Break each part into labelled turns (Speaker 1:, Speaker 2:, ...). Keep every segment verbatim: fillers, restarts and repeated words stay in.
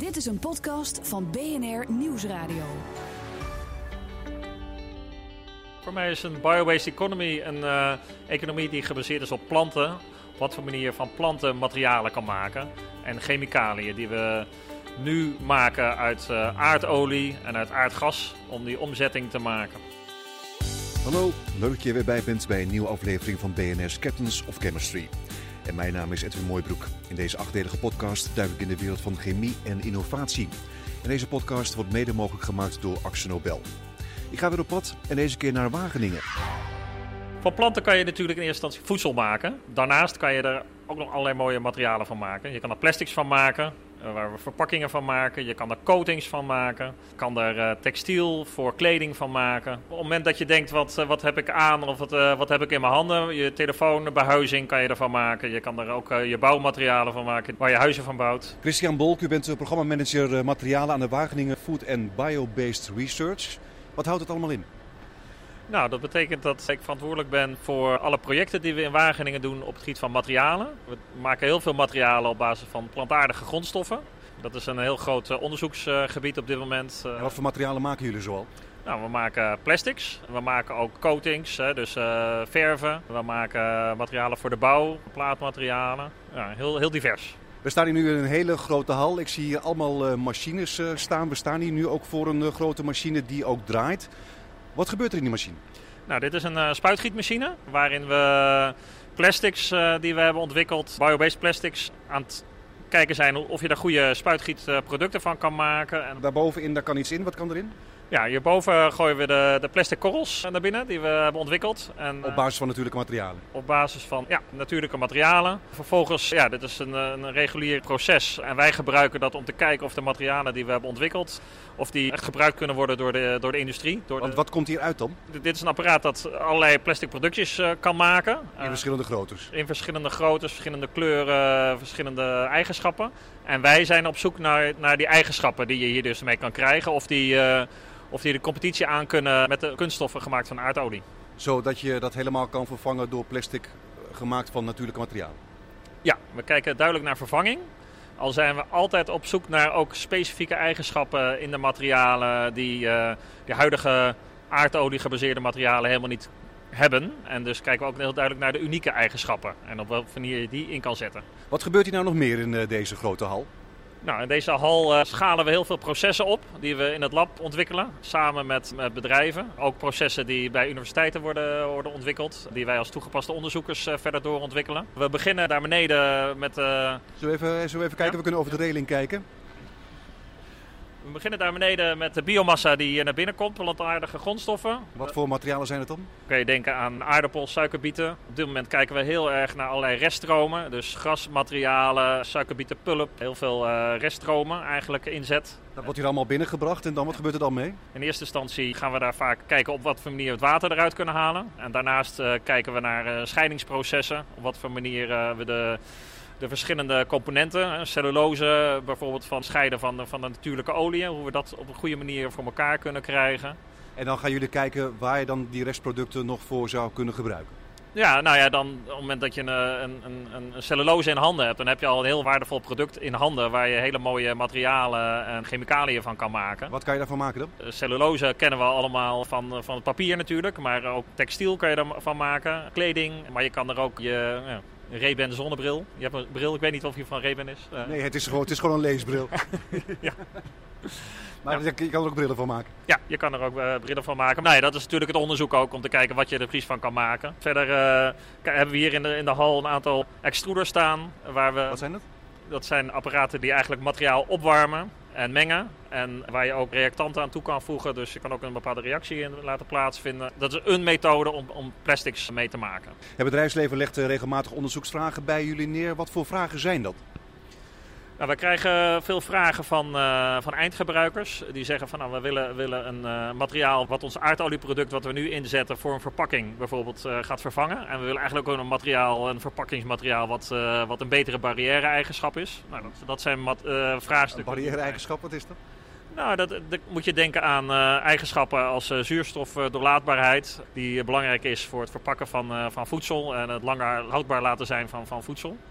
Speaker 1: Dit is een podcast van B N R Nieuwsradio.
Speaker 2: Voor mij is een bio-based economy een uh, economie die gebaseerd is op planten. Op wat voor manier van planten materialen kan maken. En chemicaliën die we nu maken uit uh, aardolie en uit aardgas om die omzetting te maken.
Speaker 3: Hallo, leuk dat je weer bij bent bij een nieuwe aflevering van B N R's Captains of Chemistry. En mijn naam is Edwin Mooibroek. In deze achtdelige podcast duik ik in de wereld van chemie en innovatie. En deze podcast wordt mede mogelijk gemaakt door AkzoNobel. Ik ga weer op pad en deze keer naar Wageningen.
Speaker 2: Van planten kan je natuurlijk in eerste instantie voedsel maken. Daarnaast kan je er ook nog allerlei mooie materialen van maken. Je kan er plastics van maken, waar we verpakkingen van maken. Je kan er coatings van maken. Je kan er uh, textiel voor kleding van maken. Op het moment dat je denkt, wat, uh, wat heb ik aan of wat, uh, wat heb ik in mijn handen? Je telefoon, behuizing kan je ervan maken. Je kan er ook uh, je bouwmaterialen van maken, waar je huizen van bouwt.
Speaker 3: Christian Bolk, u bent programmamanager uh, materialen aan de Wageningen Food and Bio-Based Research. Wat houdt het allemaal in?
Speaker 2: Nou, dat betekent dat ik verantwoordelijk ben voor alle projecten die we in Wageningen doen op het gebied van materialen. We maken heel veel materialen op basis van plantaardige grondstoffen. Dat is een heel groot uh, onderzoeksgebied op dit moment.
Speaker 3: En wat voor materialen maken jullie zoal?
Speaker 2: Nou, we maken plastics, we maken ook coatings, hè, dus uh, verven. We maken materialen voor de bouw, plaatmaterialen. Ja, heel, heel divers.
Speaker 3: We staan hier nu in een hele grote hal. Ik zie hier allemaal uh, machines uh, staan. We staan hier nu ook voor een uh, grote machine die ook draait. Wat gebeurt er in die machine?
Speaker 2: Nou, dit is een uh, spuitgietmachine waarin we plastics uh, die we hebben ontwikkeld, bio-based plastics, aan het kijken zijn of je daar goede spuitgietproducten van kan maken. En
Speaker 3: daarbovenin, daar kan iets in. Wat kan erin?
Speaker 2: Ja, hierboven gooien we de, de plastic korrels naar binnen die we hebben ontwikkeld. En,
Speaker 3: op basis van natuurlijke materialen?
Speaker 2: Op basis van ja, natuurlijke materialen. Vervolgens, ja, dit is een, een regulier proces. En wij gebruiken dat om te kijken of de materialen die we hebben ontwikkeld, of die echt gebruikt kunnen worden door de, door de industrie. Door
Speaker 3: Want
Speaker 2: de,
Speaker 3: wat komt hieruit dan?
Speaker 2: Dit, dit is een apparaat dat allerlei plastic productjes uh, kan maken.
Speaker 3: In uh, verschillende groottes? In
Speaker 2: verschillende groottes, verschillende kleuren, verschillende eigenschappen. En wij zijn op zoek naar, naar die eigenschappen die je hier dus mee kan krijgen. Of die... Uh, Of die de competitie aan kunnen met de kunststoffen gemaakt van aardolie.
Speaker 3: Zodat je dat helemaal kan vervangen door plastic gemaakt van natuurlijke materialen?
Speaker 2: Ja, we kijken duidelijk naar vervanging. Al zijn we altijd op zoek naar ook specifieke eigenschappen in de materialen die uh, de huidige aardolie gebaseerde materialen helemaal niet hebben. En dus kijken we ook heel duidelijk naar de unieke eigenschappen en op welke manier je die in kan zetten.
Speaker 3: Wat gebeurt hier nou nog meer in uh, deze grote hal?
Speaker 2: Nou, in deze hal uh, schalen we heel veel processen op die we in het lab ontwikkelen, samen met, met bedrijven. Ook processen die bij universiteiten worden, worden ontwikkeld, die wij als toegepaste onderzoekers uh, verder doorontwikkelen. We beginnen daar beneden met... Uh...
Speaker 3: Zullen we even, zullen we even kijken? Ja? We kunnen over de reling kijken.
Speaker 2: We beginnen daar beneden met de biomassa die hier naar binnen komt, plantaardige grondstoffen.
Speaker 3: Wat voor materialen zijn het dan?
Speaker 2: Kun je denken aan aardappels, suikerbieten. Op dit moment kijken we heel erg naar allerlei reststromen. Dus grasmaterialen, suikerbietenpulp, heel veel uh, reststromen eigenlijk inzet.
Speaker 3: Dat wordt hier allemaal binnengebracht en dan wat gebeurt er dan mee?
Speaker 2: In eerste instantie gaan we daar vaak kijken op wat voor manier we het water eruit kunnen halen. En daarnaast uh, kijken we naar uh, scheidingsprocessen, op wat voor manier uh, we de... De verschillende componenten, cellulose bijvoorbeeld van scheiden van de, van de natuurlijke oliën, hoe we dat op een goede manier voor elkaar kunnen krijgen.
Speaker 3: En dan gaan jullie kijken waar je dan die restproducten nog voor zou kunnen gebruiken?
Speaker 2: Ja, nou ja, dan op het moment dat je een, een, een, een cellulose in handen hebt, dan heb je al een heel waardevol product in handen waar je hele mooie materialen en chemicaliën van kan maken.
Speaker 3: Wat kan je daarvan maken dan?
Speaker 2: Cellulose kennen we allemaal van, van het papier natuurlijk, maar ook textiel kan je ervan maken, kleding, maar je kan er ook je... Ja, een Ray-Ban zonnebril. Je hebt een bril, ik weet niet of je van Ray-Ban is. Uh...
Speaker 3: Nee, het is, gewoon, het is gewoon een leesbril.
Speaker 2: Ja.
Speaker 3: Maar ja. Je kan er ook brillen van maken.
Speaker 2: Ja, je kan er ook uh, brillen van maken. Nou ja, dat is natuurlijk het onderzoek ook om te kijken wat je er precies van kan maken. Verder uh, hebben we hier in de, in de hal een aantal extruders staan. Waar we,
Speaker 3: wat zijn dat?
Speaker 2: Dat zijn apparaten die eigenlijk materiaal opwarmen en mengen. En waar je ook reactanten aan toe kan voegen. Dus je kan ook een bepaalde reactie in laten plaatsvinden. Dat is een methode om, om plastics mee te maken.
Speaker 3: Het bedrijfsleven legt regelmatig onderzoeksvragen bij jullie neer. Wat voor vragen zijn dat?
Speaker 2: Nou, wij krijgen veel vragen van, uh, van eindgebruikers. Die zeggen van nou, we willen, willen een uh, materiaal wat ons aardolieproduct wat we nu inzetten voor een verpakking bijvoorbeeld uh, gaat vervangen. En we willen eigenlijk ook een materiaal, een verpakkingsmateriaal wat, uh, wat een betere barrière-eigenschap is. Nou, dat, dat zijn mat, uh, vraagstukken.
Speaker 3: Een barrière-eigenschap, wat is dat?
Speaker 2: Nou, dat, dat moet je denken aan uh, eigenschappen als uh, zuurstofdoorlaatbaarheid, die uh, belangrijk is voor het verpakken van, uh, van voedsel en het langer houdbaar laten zijn van, van voedsel.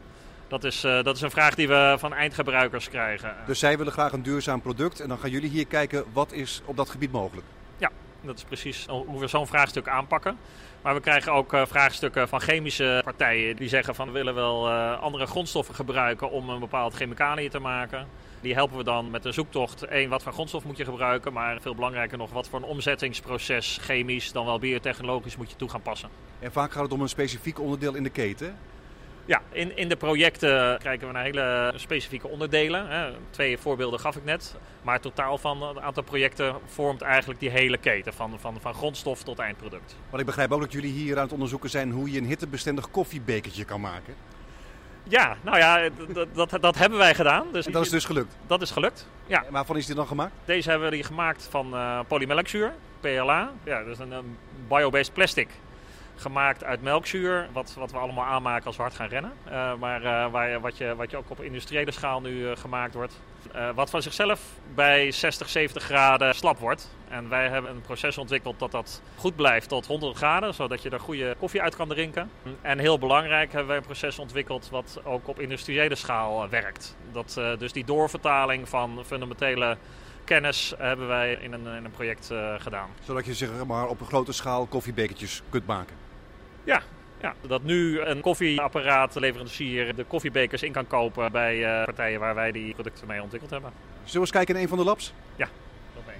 Speaker 2: Dat is, uh, dat is een vraag die we van eindgebruikers krijgen.
Speaker 3: Dus zij willen graag een duurzaam product en dan gaan jullie hier kijken wat is op dat gebied mogelijk?
Speaker 2: Ja, dat is precies hoe we zo'n vraagstuk aanpakken. Maar we krijgen ook uh, vraagstukken van chemische partijen die zeggen van we willen wel uh, andere grondstoffen gebruiken om een bepaald chemicaliën te maken. Die helpen we dan met de zoektocht. Eén, wat voor grondstof moet je gebruiken, maar veel belangrijker nog, wat voor een omzettingsproces, chemisch, dan wel biotechnologisch, moet je toe gaan passen.
Speaker 3: En vaak gaat het om een specifiek onderdeel in de keten?
Speaker 2: Ja, in, in de projecten kijken we naar hele specifieke onderdelen. Hè. Twee voorbeelden gaf ik net. Maar het totaal van het aantal projecten vormt eigenlijk die hele keten, van, van, van grondstof tot eindproduct.
Speaker 3: Maar ik begrijp ook dat jullie hier aan het onderzoeken zijn hoe je een hittebestendig koffiebekertje kan maken.
Speaker 2: Ja, nou ja, dat, dat, dat hebben wij gedaan. Dus
Speaker 3: en dat is dus gelukt?
Speaker 2: Dat is gelukt, ja.
Speaker 3: En waarvan is die dan gemaakt?
Speaker 2: Deze hebben we die gemaakt van uh, polymelkzuur, P L A. Ja, dat is een, een bio-based plastic. Gemaakt uit melkzuur, wat, wat we allemaal aanmaken als we hard gaan rennen. Uh, maar uh, waar, wat, je, wat je ook op industriële schaal nu uh, gemaakt wordt. Uh, wat van zichzelf bij zestig, zeventig graden slap wordt. En wij hebben een proces ontwikkeld dat dat goed blijft tot honderd graden. Zodat je er goede koffie uit kan drinken. En heel belangrijk hebben wij een proces ontwikkeld wat ook op industriële schaal uh, werkt. Dat, uh, dus die doorvertaling van fundamentele kennis hebben wij in een, in een project uh, gedaan.
Speaker 3: Zodat je zeg maar op een grote schaal koffiebekertjes kunt maken?
Speaker 2: Ja, ja, dat nu een koffieapparaat-leverancier de koffiebekers in kan kopen bij uh, partijen waar wij die producten mee ontwikkeld hebben.
Speaker 3: Zullen we eens kijken in een van de labs?
Speaker 2: Ja, dat mee.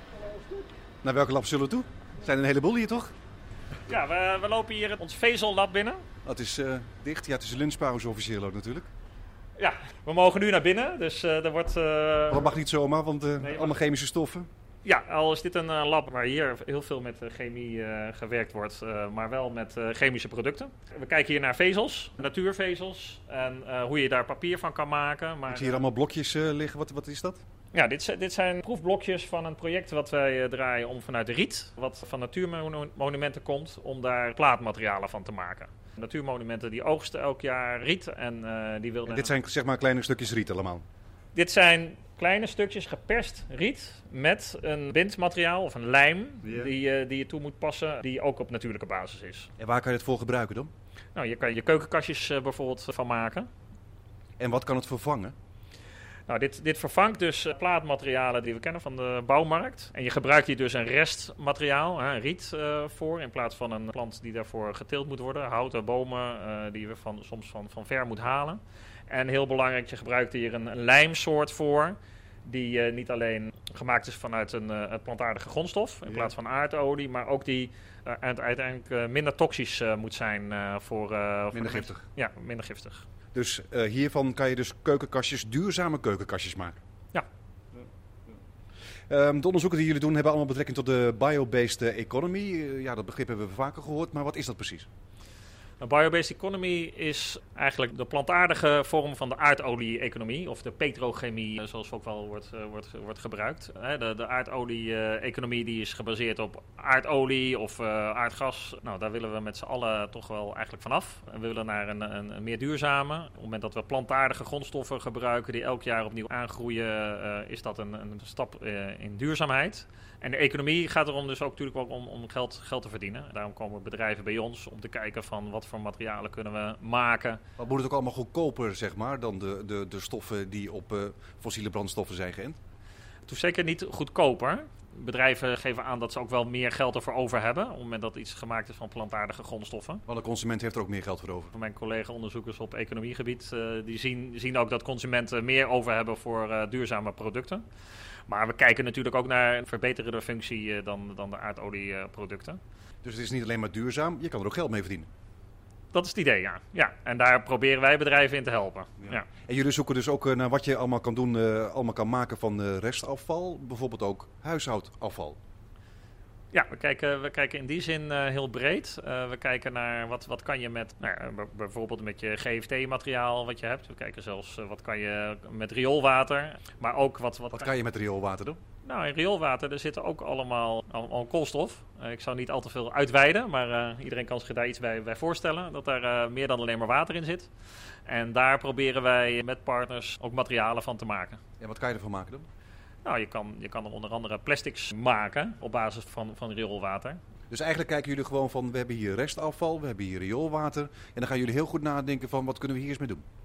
Speaker 3: Naar welke lab zullen we toe? Er zijn een heleboel hier toch?
Speaker 2: Ja, we, we lopen hier ons vezellab binnen.
Speaker 3: Dat is uh, dicht. Ja, het is lunchpauze officieel ook natuurlijk.
Speaker 2: Ja, we mogen nu naar binnen, dus uh, er wordt... Uh...
Speaker 3: Dat mag niet zomaar, want uh, nee, allemaal chemische stoffen.
Speaker 2: Ja, al is dit een uh, lab waar hier heel veel met uh, chemie uh, gewerkt wordt, uh, maar wel met uh, chemische producten. We kijken hier naar vezels, natuurvezels en uh, hoe je daar papier van kan maken. Maar,
Speaker 3: ik zie hier allemaal blokjes uh, liggen. Wat, wat is dat?
Speaker 2: Ja, dit, dit zijn proefblokjes van een project wat wij uh, draaien om vanuit de riet, wat van natuurmonumenten komt, om daar plaatmaterialen van te maken. Natuurmonumenten die oogsten elk jaar riet en uh, die wilden...
Speaker 3: En dit zijn zeg maar kleine stukjes riet allemaal?
Speaker 2: Dit zijn kleine stukjes geperst riet met een bindmateriaal of een lijm yeah. die, uh, die je toe moet passen, die ook op natuurlijke basis is.
Speaker 3: En waar kan je het voor gebruiken dan?
Speaker 2: Nou, je kan je keukenkastjes uh, bijvoorbeeld van maken.
Speaker 3: En wat kan het vervangen?
Speaker 2: Nou, dit, dit vervangt dus uh, plaatmaterialen die we kennen van de bouwmarkt. En je gebruikt hier dus een restmateriaal, hè, riet, uh, voor, in plaats van een plant die daarvoor geteeld moet worden. Houten, bomen, uh, die we van, soms van, van ver moet halen. En heel belangrijk, je gebruikt hier een, een lijmsoort voor, die uh, niet alleen gemaakt is vanuit een uh, plantaardige grondstof, in ja. plaats van aardolie, maar ook die uh, uiteindelijk uh, minder toxisch uh, moet zijn uh, voor... Uh,
Speaker 3: minder
Speaker 2: voor
Speaker 3: giftig.
Speaker 2: Ja, minder giftig.
Speaker 3: Dus uh, hiervan kan je dus keukenkastjes, duurzame keukenkastjes maken?
Speaker 2: Ja.
Speaker 3: Um, de onderzoeken die jullie doen hebben allemaal betrekking tot de bio-based economy. Uh, ja, dat begrip hebben we vaker gehoord, maar wat is dat precies?
Speaker 2: Een bio-based economy is eigenlijk de plantaardige vorm van de aardolie-economie, of de petrochemie, zoals ook wel wordt, uh, wordt, wordt gebruikt. De, de aardolie-economie die is gebaseerd op aardolie of uh, aardgas. Nou, daar willen we met z'n allen toch wel eigenlijk vanaf. En we willen naar een, een, een meer duurzame. Op het moment dat we plantaardige grondstoffen gebruiken die elk jaar opnieuw aangroeien, uh, is dat een, een stap uh, in duurzaamheid. En de economie gaat erom dus ook natuurlijk ook om, om geld, geld te verdienen. Daarom komen bedrijven bij ons om te kijken van wat voor materialen kunnen we maken.
Speaker 3: Maar moet het ook allemaal goedkoper, zeg maar, dan de, de, de stoffen die op uh, fossiele brandstoffen zijn geënt?
Speaker 2: Het is zeker niet goedkoper. Bedrijven geven aan dat ze ook wel meer geld ervoor over hebben, op het moment dat iets gemaakt is van plantaardige grondstoffen.
Speaker 3: Want de consument heeft er ook meer geld voor over.
Speaker 2: Mijn collega-onderzoekers op economiegebied uh, die zien, zien ook dat consumenten meer over hebben voor uh, duurzame producten. Maar we kijken natuurlijk ook naar een verbeterde functie uh, dan, dan de aardolieproducten.
Speaker 3: Dus het is niet alleen maar duurzaam, je kan er ook geld mee verdienen.
Speaker 2: Dat is het idee, ja. ja. En daar proberen wij bedrijven in te helpen. Ja. Ja.
Speaker 3: En jullie zoeken dus ook naar wat je allemaal kan doen, uh, allemaal kan maken van uh, restafval, bijvoorbeeld ook huishoudafval.
Speaker 2: Ja, we kijken, we kijken in die zin uh, heel breed. Uh, we kijken naar wat, wat kan je met, nou ja, b- bijvoorbeeld met je G F T-materiaal wat je hebt. We kijken zelfs uh, wat kan je met rioolwater. Maar ook wat, wat,
Speaker 3: wat kan je met rioolwater doen?
Speaker 2: Nou, in rioolwater er zitten ook allemaal, allemaal koolstof. Uh, ik zou niet al te veel uitweiden, maar uh, iedereen kan zich daar iets bij, bij voorstellen. Dat daar uh, meer dan alleen maar water in zit. En daar proberen wij met partners ook materialen van te maken.
Speaker 3: En wat kan je ervan maken dan?
Speaker 2: Nou, je kan, je kan er onder andere plastics maken op basis van, van rioolwater.
Speaker 3: Dus eigenlijk kijken jullie gewoon van, we hebben hier restafval, we hebben hier rioolwater. En dan gaan jullie heel goed nadenken van, wat kunnen we hier eens mee doen?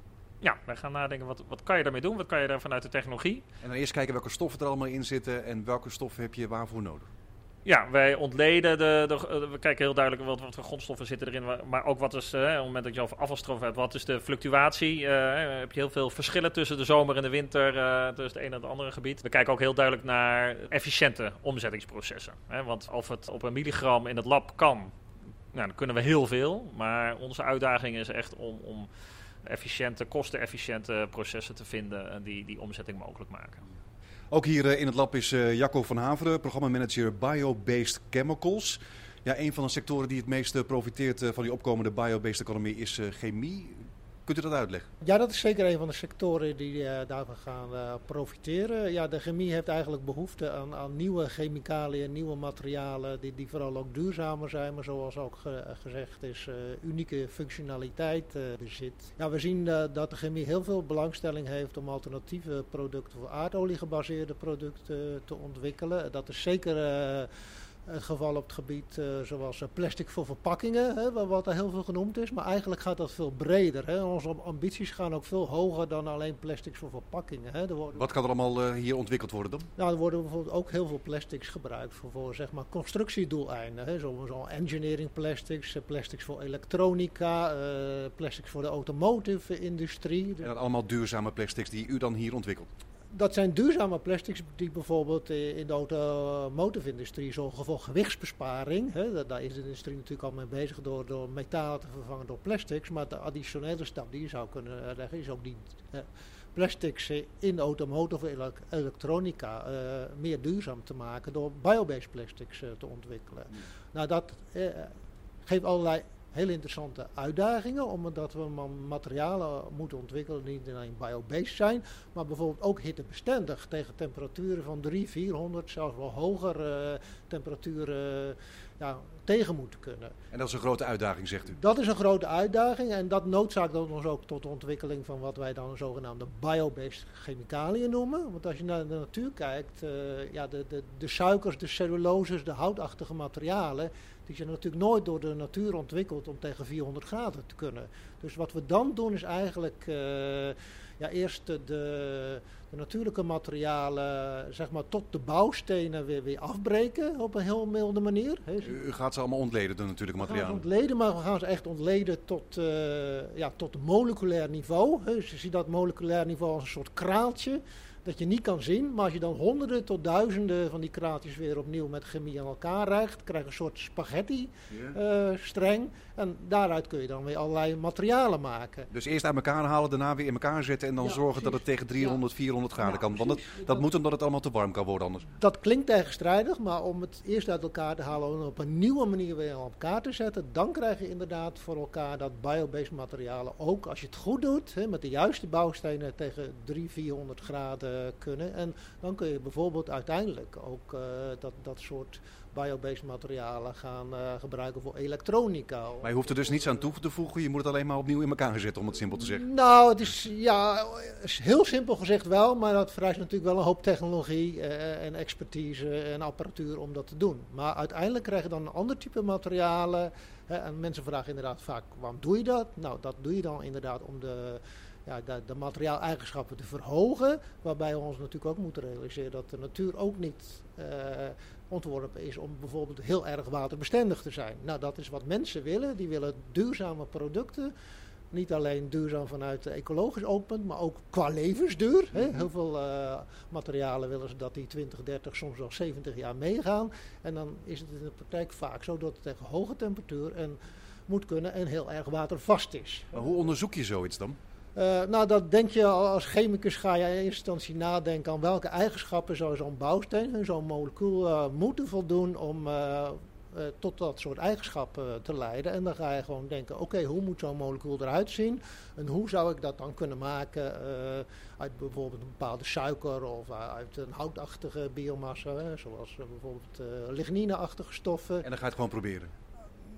Speaker 2: Ja, wij gaan nadenken, wat, wat kan je daarmee doen? Wat kan je daar vanuit de technologie?
Speaker 3: En dan eerst kijken welke stoffen er allemaal in zitten en welke stoffen heb je waarvoor nodig.
Speaker 2: Ja, wij ontleden, de, de, we kijken heel duidelijk wat, wat voor grondstoffen zitten erin, maar ook wat is, eh, op het moment dat je over afvalstroffen hebt, wat is de fluctuatie? Uh, heb je heel veel verschillen tussen de zomer en de winter, uh, tussen het ene en het andere gebied. We kijken ook heel duidelijk naar efficiënte omzettingsprocessen. Hè, want of het op een milligram in het lab kan, nou, dan kunnen we heel veel, maar onze uitdaging is echt om, om efficiënte, kostenefficiënte processen te vinden die die omzetting mogelijk maken.
Speaker 3: Ook hier uh, in het lab is uh, Jacco van Haveren, programmamanager Bio-Based Chemicals. Ja, een van de sectoren die het meest uh, profiteert uh, van die opkomende bio-based economie is uh, chemie. Kunt u dat uitleggen?
Speaker 4: Ja, dat is zeker een van de sectoren die uh, daarvan gaan uh, profiteren. Ja, de chemie heeft eigenlijk behoefte aan, aan nieuwe chemicaliën, nieuwe materialen die, die vooral ook duurzamer zijn, maar zoals ook ge, gezegd is, uh, unieke functionaliteit uh, bezit. Ja, we zien uh, dat de chemie heel veel belangstelling heeft om alternatieve producten voor aardolie gebaseerde producten te ontwikkelen. Dat is zeker Uh, Het geval op het gebied uh, zoals uh, plastic voor verpakkingen, hè, wat er heel veel genoemd is. Maar eigenlijk gaat dat veel breder. Hè. Onze ambities gaan ook veel hoger dan alleen plastics voor verpakkingen. Hè. Er worden,
Speaker 3: wat kan er allemaal uh, hier ontwikkeld worden dan?
Speaker 4: Nou, er worden bijvoorbeeld ook heel veel plastics gebruikt voor, voor zeg maar, constructiedoeleinden. Hè. Zo, zo engineering plastics, uh, plastics voor elektronica, uh, plastics voor de automotive industrie.
Speaker 3: En dat allemaal duurzame plastics die u dan hier ontwikkelt?
Speaker 4: Dat zijn duurzame plastics die bijvoorbeeld in de automotive-industrie zorgen voor gewichtsbesparing. Hè. Daar is de industrie natuurlijk al mee bezig door, door metalen te vervangen door plastics. Maar de additionele stap die je zou kunnen leggen is ook die uh, plastics in de automotive of elektronica uh, meer duurzaam te maken door biobased plastics uh, te ontwikkelen. Mm. Nou, dat uh, geeft allerlei heel interessante uitdagingen, omdat we materialen moeten ontwikkelen die niet alleen biobased zijn, maar bijvoorbeeld ook hittebestendig tegen temperaturen van driehonderd, vierhonderd, zelfs wel hoger uh, temperaturen uh, ja, tegen moeten kunnen.
Speaker 3: En dat is een grote uitdaging, zegt u?
Speaker 4: Dat is een grote uitdaging en dat noodzaakt ons ook tot de ontwikkeling van wat wij dan een zogenaamde biobased chemicaliën noemen. Want als je naar de natuur kijkt, uh, ja, de, de, de suikers, de celluloses, de houtachtige materialen, die zijn natuurlijk nooit door de natuur ontwikkeld om tegen vierhonderd graden te kunnen. Dus wat we dan doen is eigenlijk uh, ja, eerst de, de natuurlijke materialen zeg maar, tot de bouwstenen weer, weer afbreken op een heel milde manier.
Speaker 3: U, u gaat ze allemaal ontleden, de natuurlijke materialen?
Speaker 4: We gaan ze ontleden, maar we gaan ze echt ontleden tot, uh, ja, tot moleculair niveau. Dus je ziet dat moleculair niveau als een soort kraaltje dat je niet kan zien, maar als je dan honderden tot duizenden van die kraaltjes weer opnieuw met chemie aan elkaar rijgt, krijg je een soort spaghetti yeah. uh, streng en daaruit kun je dan weer allerlei materialen maken.
Speaker 3: Dus eerst uit elkaar halen, daarna weer in elkaar zetten en dan ja, zorgen precies. dat het tegen driehonderd, ja. vierhonderd graden ja, kan. Want dat, dat, dat moet omdat het allemaal te warm kan worden anders.
Speaker 4: Dat klinkt tegenstrijdig, maar om het eerst uit elkaar te halen en op een nieuwe manier weer aan elkaar te zetten, dan krijg je inderdaad voor elkaar dat biobased materialen ook, als je het goed doet, hè, met de juiste bouwstenen tegen driehonderd, vierhonderd graden kunnen. En dan kun je bijvoorbeeld uiteindelijk ook uh, dat, dat soort biobased materialen gaan uh, gebruiken voor elektronica.
Speaker 3: Maar je hoeft er dus niets aan toe te voegen, je moet het alleen maar opnieuw in elkaar zetten, om het simpel te zeggen.
Speaker 4: Nou, het is ja, is heel simpel gezegd wel, maar dat vereist natuurlijk wel een hoop technologie uh, en expertise en apparatuur om dat te doen. Maar uiteindelijk krijg je dan een ander type materialen. Hè, en mensen vragen inderdaad vaak, waarom doe je dat? Nou, dat doe je dan inderdaad om de Ja, de, de materiaaleigenschappen te verhogen, waarbij we ons natuurlijk ook moeten realiseren dat de natuur ook niet uh, ontworpen is om bijvoorbeeld heel erg waterbestendig te zijn. Nou, dat is wat mensen willen. Die willen duurzame producten. Niet alleen duurzaam vanuit ecologisch oogpunt, maar ook qua levensduur. Hè. Heel veel uh, materialen willen ze dat die twintig, dertig, soms wel zeventig jaar meegaan. En dan is het in de praktijk vaak zo dat het tegen hoge temperatuur en moet kunnen en heel erg watervast is.
Speaker 3: Maar hoe onderzoek je zoiets dan?
Speaker 4: Uh, nou, dat denk je als chemicus ga je in eerste instantie nadenken aan welke eigenschappen zou zo'n bouwsteen, zo'n molecuul uh, moeten voldoen om uh, uh, tot dat soort eigenschappen uh, te leiden. En dan ga je gewoon denken, oké, okay, hoe moet zo'n molecuul eruit zien? En hoe zou ik dat dan kunnen maken uh, uit bijvoorbeeld een bepaalde suiker of uh, uit een houtachtige biomassa, hè, zoals uh, bijvoorbeeld uh, lignine-achtige stoffen.
Speaker 3: En dan ga je het gewoon proberen?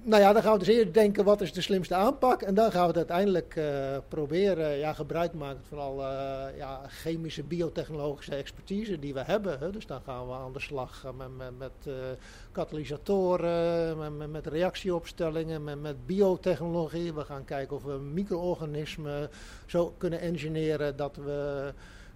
Speaker 4: Nou ja, dan gaan we dus eerst denken wat is de slimste aanpak. En dan gaan we het uiteindelijk uh, proberen ja, gebruik te maken van alle uh, ja, chemische, biotechnologische expertise die we hebben. Hè. Dus dan gaan we aan de slag met, met, met uh, katalysatoren, met, met, met reactieopstellingen, met, met biotechnologie. We gaan kijken of we micro-organismen zo kunnen engineeren dat we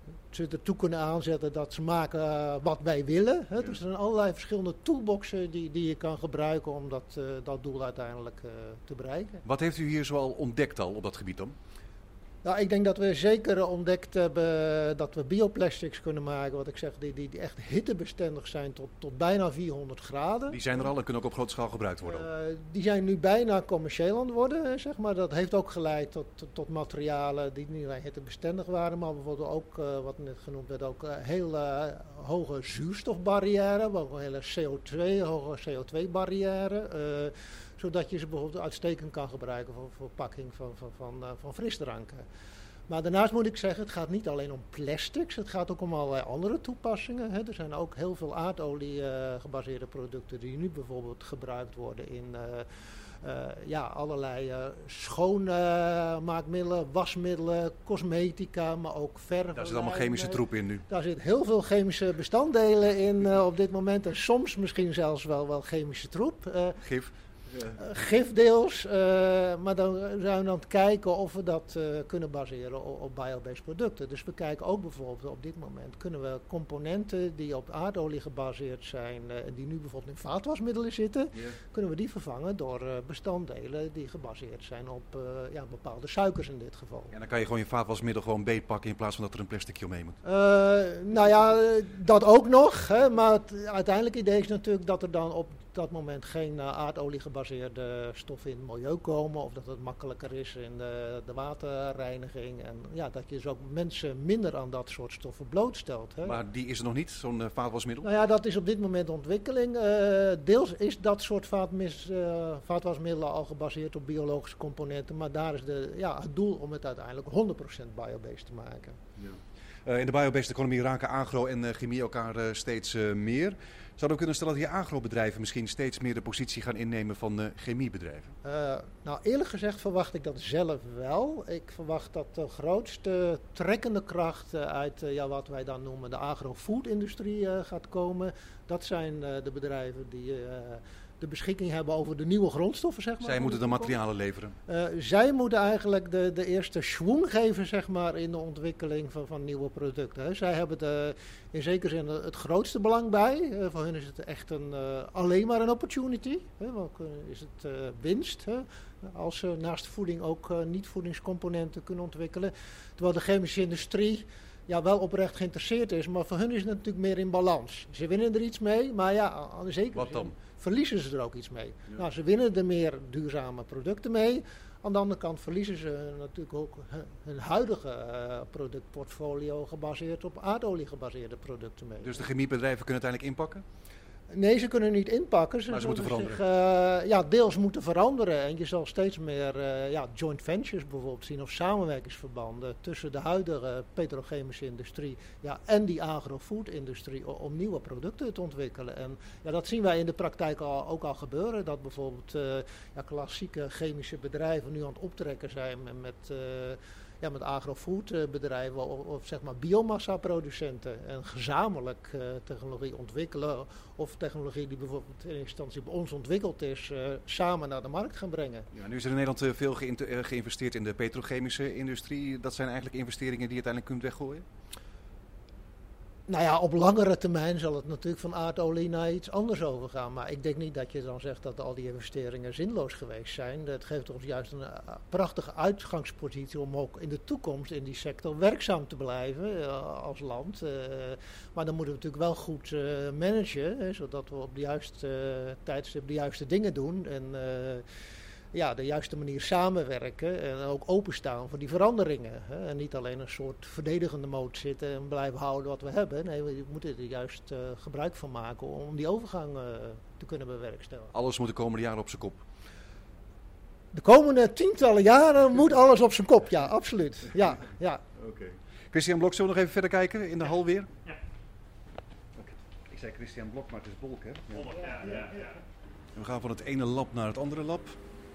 Speaker 4: ze ertoe kunnen aanzetten dat ze maken uh, wat wij willen. Hè. Dus er zijn allerlei verschillende toolboxen die, die je kan gebruiken om dat, uh, dat doel uiteindelijk uh, te bereiken.
Speaker 3: Wat heeft u hier zoal ontdekt al op dat gebied dan?
Speaker 4: Nou, ik denk dat we zeker ontdekt hebben dat we bioplastics kunnen maken, wat ik zeg, die, die, die echt hittebestendig zijn tot, tot bijna vierhonderd graden.
Speaker 3: Die zijn er al en kunnen ook op grote schaal gebruikt worden?
Speaker 4: Uh, die zijn nu bijna commercieel aan het worden, zeg maar. Dat heeft ook geleid tot, tot, tot materialen die niet alleen hittebestendig waren, maar bijvoorbeeld ook, uh, wat net genoemd werd, ook uh, heel uh, hoge zuurstofbarrière, maar ook een hele C O twee, hoge C O twee barrière. Uh, zodat je ze bijvoorbeeld uitstekend kan gebruiken voor verpakking van, van, van, uh, van frisdranken. Maar daarnaast moet ik zeggen, het gaat niet alleen om plastics, het gaat ook om allerlei andere toepassingen. Hè. Er zijn ook heel veel aardolie uh, gebaseerde producten die nu bijvoorbeeld gebruikt worden in uh, uh, ja, allerlei uh, schoonmaakmiddelen, uh, wasmiddelen, cosmetica, maar ook verf.
Speaker 3: Daar zit allemaal chemische troep in nu.
Speaker 4: Daar zit heel veel chemische bestanddelen in uh, op dit moment en soms misschien zelfs wel, wel chemische troep. Uh,
Speaker 3: Gif?
Speaker 4: Uh, gifdeels, uh, maar dan zijn we aan het kijken of we dat uh, kunnen baseren op, op biobased producten. Dus we kijken ook bijvoorbeeld op dit moment, kunnen we componenten die op aardolie gebaseerd zijn, uh, en die nu bijvoorbeeld in vaatwasmiddelen zitten, yeah. kunnen we die vervangen door uh, bestanddelen die gebaseerd zijn op uh, ja, bepaalde suikers in dit geval.
Speaker 3: En dan kan je gewoon je vaatwasmiddel gewoon beetpakken in plaats van dat er een plasticje omheen moet?
Speaker 4: Uh, nou ja, dat ook nog, hè, maar het uiteindelijke idee is natuurlijk dat er dan op dat moment geen uh, aardolie gebaseerde stoffen in het milieu komen, of dat het makkelijker is in de, de waterreiniging en ja, dat je dus ook mensen minder aan dat soort stoffen blootstelt. Hè.
Speaker 3: Maar die is er nog niet, zo'n uh, vaatwasmiddel?
Speaker 4: Nou ja, dat is op dit moment ontwikkeling. Uh, deels is dat soort vaatmis, uh, vaatwasmiddelen al gebaseerd op biologische componenten, maar daar is de, ja, het doel om het uiteindelijk honderd procent biobased te maken.
Speaker 3: Ja. Uh, in de biobased economie raken agro en uh, chemie elkaar uh, steeds uh, meer. Zouden we kunnen stellen dat die agrobedrijven misschien steeds meer de positie gaan innemen van uh, chemiebedrijven?
Speaker 4: Uh, nou, eerlijk gezegd verwacht ik dat zelf wel. Ik verwacht dat de grootste trekkende kracht uh, uit uh, ja, wat wij dan noemen de agro-food-industrie uh, gaat komen. Dat zijn uh, de bedrijven die uh, de beschikking hebben over de nieuwe grondstoffen, zeg maar.
Speaker 3: Zij moeten de materialen leveren?
Speaker 4: Uh, zij moeten eigenlijk de, de eerste schwung geven, zeg maar, in de ontwikkeling van, van nieuwe producten. Hè. Zij hebben de, in zekere zin het grootste belang bij. Uh, voor hen is het echt een, uh, alleen maar een opportunity. Hè. Want, uh, is het uh, winst, hè. Als ze naast voeding ook uh, niet-voedingscomponenten kunnen ontwikkelen. Terwijl de chemische industrie ja, wel oprecht geïnteresseerd is, maar voor hun is het natuurlijk meer in balans. Ze winnen er iets mee, maar ja, aan de zekere
Speaker 3: Wat dan?
Speaker 4: zin verliezen ze er ook iets mee.
Speaker 3: Ja.
Speaker 4: Nou, ze winnen er meer duurzame producten mee. Aan de andere kant verliezen ze natuurlijk ook hun huidige uh, productportfolio gebaseerd op aardolie gebaseerde producten mee.
Speaker 3: Dus de chemiebedrijven kunnen uiteindelijk inpakken?
Speaker 4: Nee, ze kunnen niet inpakken. Ze,
Speaker 3: maar ze moeten veranderen.
Speaker 4: Zich, uh, ja, deels moeten veranderen. En je zal steeds meer uh, ja, joint ventures bijvoorbeeld zien of samenwerkingsverbanden tussen de huidige petrochemische industrie ja, en die agro-food-industrie om nieuwe producten te ontwikkelen. En ja, dat zien wij in de praktijk al, ook al gebeuren. Dat bijvoorbeeld uh, ja, klassieke chemische bedrijven nu aan het optrekken zijn met, met uh, Ja, met agrofood bedrijven of, of zeg maar biomassa-producenten en gezamenlijk uh, technologie ontwikkelen of technologie die bijvoorbeeld in instantie bij ons ontwikkeld is, uh, samen naar de markt gaan brengen.
Speaker 3: Ja, nu is er in Nederland uh, veel geïnter- uh, geïnvesteerd in de petrochemische industrie. Dat zijn eigenlijk investeringen die je uiteindelijk kunt weggooien?
Speaker 4: Nou ja, op langere termijn zal het natuurlijk van aardolie naar iets anders overgaan. Maar ik denk niet dat je dan zegt dat al die investeringen zinloos geweest zijn. Dat geeft ons juist een uh, prachtige uitgangspositie om ook in de toekomst in die sector werkzaam te blijven uh, als land. Uh, maar dan moeten we natuurlijk wel goed uh, managen, hè, zodat we op de juiste uh, tijdstip de juiste dingen doen. En uh, ja, de juiste manier samenwerken en ook openstaan voor die veranderingen. Hè. En niet alleen een soort verdedigende mode zitten en blijven houden wat we hebben. Nee, we moeten er juist uh, gebruik van maken om die overgang uh, te kunnen bewerkstelligen.
Speaker 3: Alles moet de komende jaren op zijn kop?
Speaker 4: De komende tientallen jaren moet alles op zijn kop, ja, absoluut. Ja, ja.
Speaker 3: Okay. Christian Blok, zullen we nog even verder kijken in de hal weer?
Speaker 2: Ja.
Speaker 3: Okay. Ik zei Christian Blok, maar het is Bolk, hè?
Speaker 2: Bolk, ja, ja, ja.
Speaker 3: En we gaan van het ene lab naar het andere lab.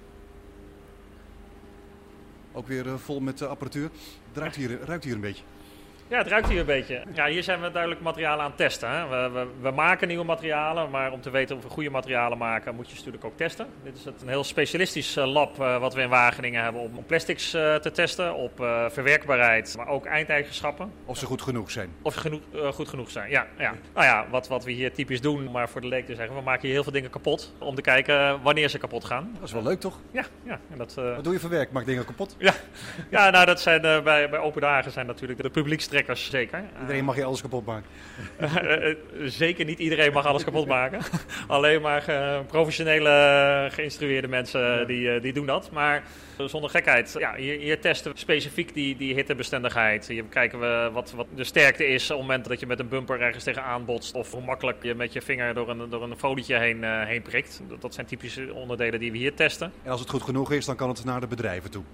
Speaker 3: Ook weer uh, vol met uh, apparatuur. Het ruikt hier, ruikt hier een beetje.
Speaker 2: Ja, het ruikt hier een beetje. Ja, hier zijn we duidelijk materialen aan het testen. Hè. We, we, we maken nieuwe materialen, maar om te weten of we goede materialen maken, moet je ze natuurlijk ook testen. Dit is het, een heel specialistisch uh, lab uh, wat we in Wageningen hebben om, om plastics uh, te testen, op uh, verwerkbaarheid, maar ook eindeigenschappen.
Speaker 3: Of ze goed genoeg zijn.
Speaker 2: Of ze genoeg, uh, goed genoeg zijn, ja. ja. Nou ja, wat, wat we hier typisch doen, maar voor de leek te zeggen, we maken hier heel veel dingen kapot om te kijken wanneer ze kapot gaan.
Speaker 3: Dat is wel leuk, toch?
Speaker 2: Ja. ja en dat, uh...
Speaker 3: Wat doe je voor werk? Maak dingen kapot?
Speaker 2: Ja, ja nou dat zijn uh, bij, bij open dagen zijn natuurlijk de publiekstrekkers zeker.
Speaker 3: Iedereen mag je alles kapot maken?
Speaker 2: Uh, uh, zeker niet iedereen mag alles kapot maken. Alleen maar uh, professionele, geïnstrueerde mensen die, uh, die doen dat. Maar uh, zonder gekheid, ja, hier, hier testen we specifiek die, die hittebestendigheid. Hier kijken we wat, wat de sterkte is op het moment dat je met een bumper ergens tegenaan botst. Of hoe makkelijk je met je vinger door een, door een folietje heen, uh, heen prikt. Dat, dat zijn typische onderdelen die we hier testen.
Speaker 3: En als het goed genoeg is, dan kan het naar de bedrijven toe?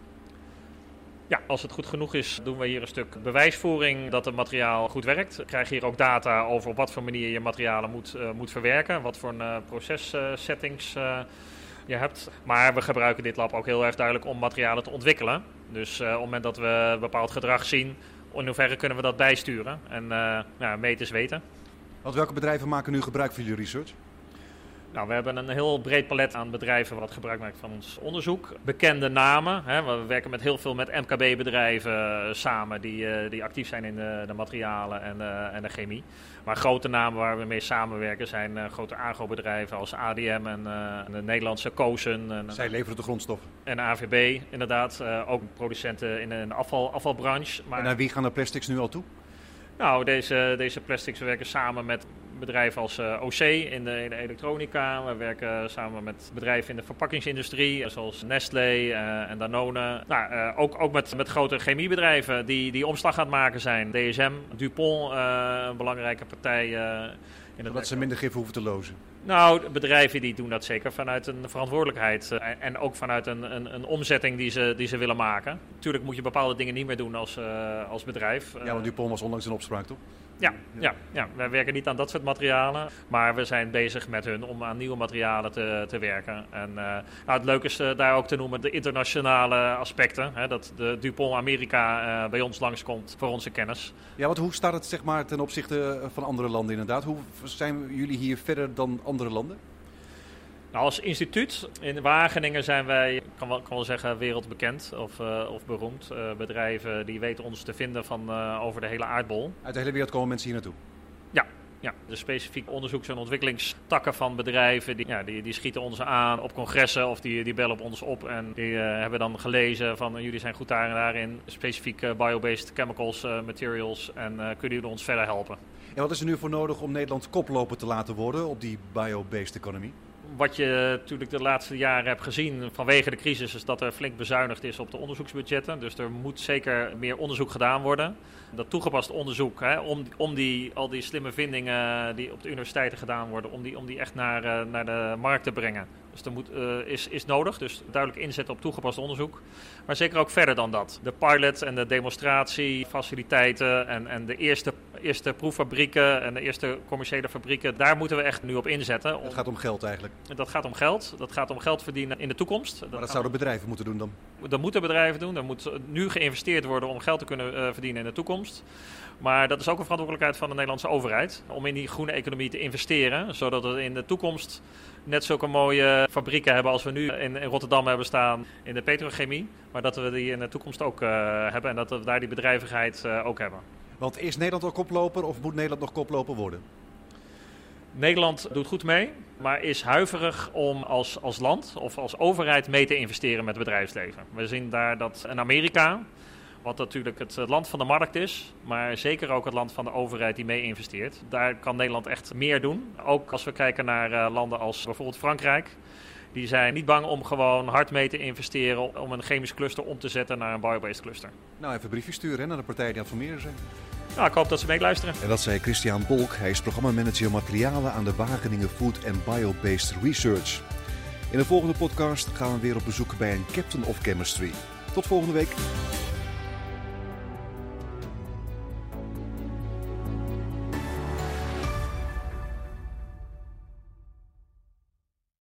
Speaker 2: Ja, als het goed genoeg is, doen we hier een stuk bewijsvoering dat het materiaal goed werkt. We krijgen hier ook data over op wat voor manier je materialen moet, uh, moet verwerken. Wat voor uh, processettings uh, je hebt. Maar we gebruiken dit lab ook heel erg duidelijk om materialen te ontwikkelen. Dus uh, op het moment dat we bepaald gedrag zien, in hoeverre kunnen we dat bijsturen. En uh, ja, meten is weten.
Speaker 3: Want welke bedrijven maken nu gebruik van jullie research?
Speaker 2: Nou, we hebben een heel breed palet aan bedrijven wat gebruik maakt van ons onderzoek. Bekende namen. Hè, we werken met heel veel met M K B-bedrijven uh, samen die, uh, die actief zijn in de, de materialen en, uh, en de chemie. Maar grote namen waar we mee samenwerken zijn uh, grote agrobedrijven als A D M en, uh, en de Nederlandse Kozen. En,
Speaker 3: Zij leveren de grondstoffen.
Speaker 2: En A V B inderdaad. Uh, ook producenten in de afval, afvalbranche. Maar...
Speaker 3: En naar wie gaan de plastics nu al toe?
Speaker 2: Nou, deze, deze plastics, we werken samen met bedrijven als uh, O C in de, in de elektronica. We werken samen met bedrijven in de verpakkingsindustrie, zoals Nestlé uh, en Danone. Nou, uh, ook, ook met, met grote chemiebedrijven die, die omslag aan het maken zijn. D S M, Dupont, uh, een belangrijke partij. Uh, in
Speaker 3: Zodat ze minder gif hoeven te lozen.
Speaker 2: Nou, bedrijven die doen dat zeker vanuit een verantwoordelijkheid uh, en ook vanuit een, een, een omzetting die ze, die ze willen maken. Natuurlijk moet je bepaalde dingen niet meer doen als, uh, als bedrijf.
Speaker 3: Ja, want Dupont was onlangs in opspraak, toch?
Speaker 2: Ja, ja, ja, wij werken niet aan dat soort materialen, maar we zijn bezig met hun om aan nieuwe materialen te, te werken. En uh, nou, het leuke is uh, daar ook te noemen de internationale aspecten, hè, dat de Dupont Amerika uh, bij ons langskomt voor onze kennis.
Speaker 3: Ja, want hoe staat het zeg maar, ten opzichte van andere landen inderdaad? Hoe zijn jullie hier verder dan andere landen?
Speaker 2: Nou, als instituut in Wageningen zijn wij, ik kan wel, kan wel zeggen, wereldbekend of, uh, of beroemd. Uh, bedrijven die weten ons te vinden van uh, over de hele aardbol.
Speaker 3: Uit de hele wereld komen mensen hier naartoe?
Speaker 2: Ja. Ja, de specifieke onderzoeks- en ontwikkelingstakken van bedrijven, die, ja, die, die schieten ons aan op congressen of die, die bellen op ons op. En die uh, hebben dan gelezen van uh, jullie zijn goed daar en daarin, specifiek uh, bio-based chemicals, uh, materials en uh, kunnen jullie ons verder helpen.
Speaker 3: En wat is er nu voor nodig om Nederland koploper te laten worden op die bio-based economie?
Speaker 2: Wat je natuurlijk de laatste jaren hebt gezien vanwege de crisis is dat er flink bezuinigd is op de onderzoeksbudgetten. Dus er moet zeker meer onderzoek gedaan worden. Dat toegepast onderzoek, hè, om, om die, al die slimme vindingen die op de universiteiten gedaan worden, om die, om die echt naar, uh, naar de markt te brengen. Dus dat moet, uh, is, is nodig, dus duidelijk inzetten op toegepast onderzoek. Maar zeker ook verder dan dat. De pilot en de demonstratiefaciliteiten en, en de eerste, eerste proeffabrieken en de eerste commerciële fabrieken, daar moeten we echt nu op inzetten.
Speaker 3: Het gaat om geld eigenlijk.
Speaker 2: Dat gaat om geld. Dat gaat om geld verdienen in de toekomst. Dat
Speaker 3: maar dat zouden bedrijven moeten doen dan?
Speaker 2: Dat moeten bedrijven doen. Er moet nu geïnvesteerd worden om geld te kunnen uh, verdienen in de toekomst. Maar dat is ook een verantwoordelijkheid van de Nederlandse overheid. Om in die groene economie te investeren. Zodat we in de toekomst net zulke mooie fabrieken hebben als we nu in, in Rotterdam hebben staan in de petrochemie. Maar dat we die in de toekomst ook uh, hebben. En dat we daar die bedrijvigheid uh, ook hebben.
Speaker 3: Want is Nederland al koploper of moet Nederland nog koploper worden?
Speaker 2: Nederland doet goed mee, maar is huiverig om als, als land of als overheid mee te investeren met het bedrijfsleven. We zien daar dat in Amerika, wat natuurlijk het land van de markt is, maar zeker ook het land van de overheid die mee investeert. Daar kan Nederland echt meer doen. Ook als we kijken naar uh, landen als bijvoorbeeld Frankrijk. Die zijn niet bang om gewoon hard mee te investeren om een chemisch cluster om te zetten naar een biobased cluster.
Speaker 3: Nou, even een briefje sturen hè, naar de partijen die aan het formeren zijn.
Speaker 2: Nou, ik hoop dat ze meeluisteren.
Speaker 3: En dat zei Christian Bolk. Hij is programmamanager materialen aan de Wageningen Food and Bio-Based Research. In de volgende podcast gaan we weer op bezoek bij een Captain of Chemistry. Tot volgende week.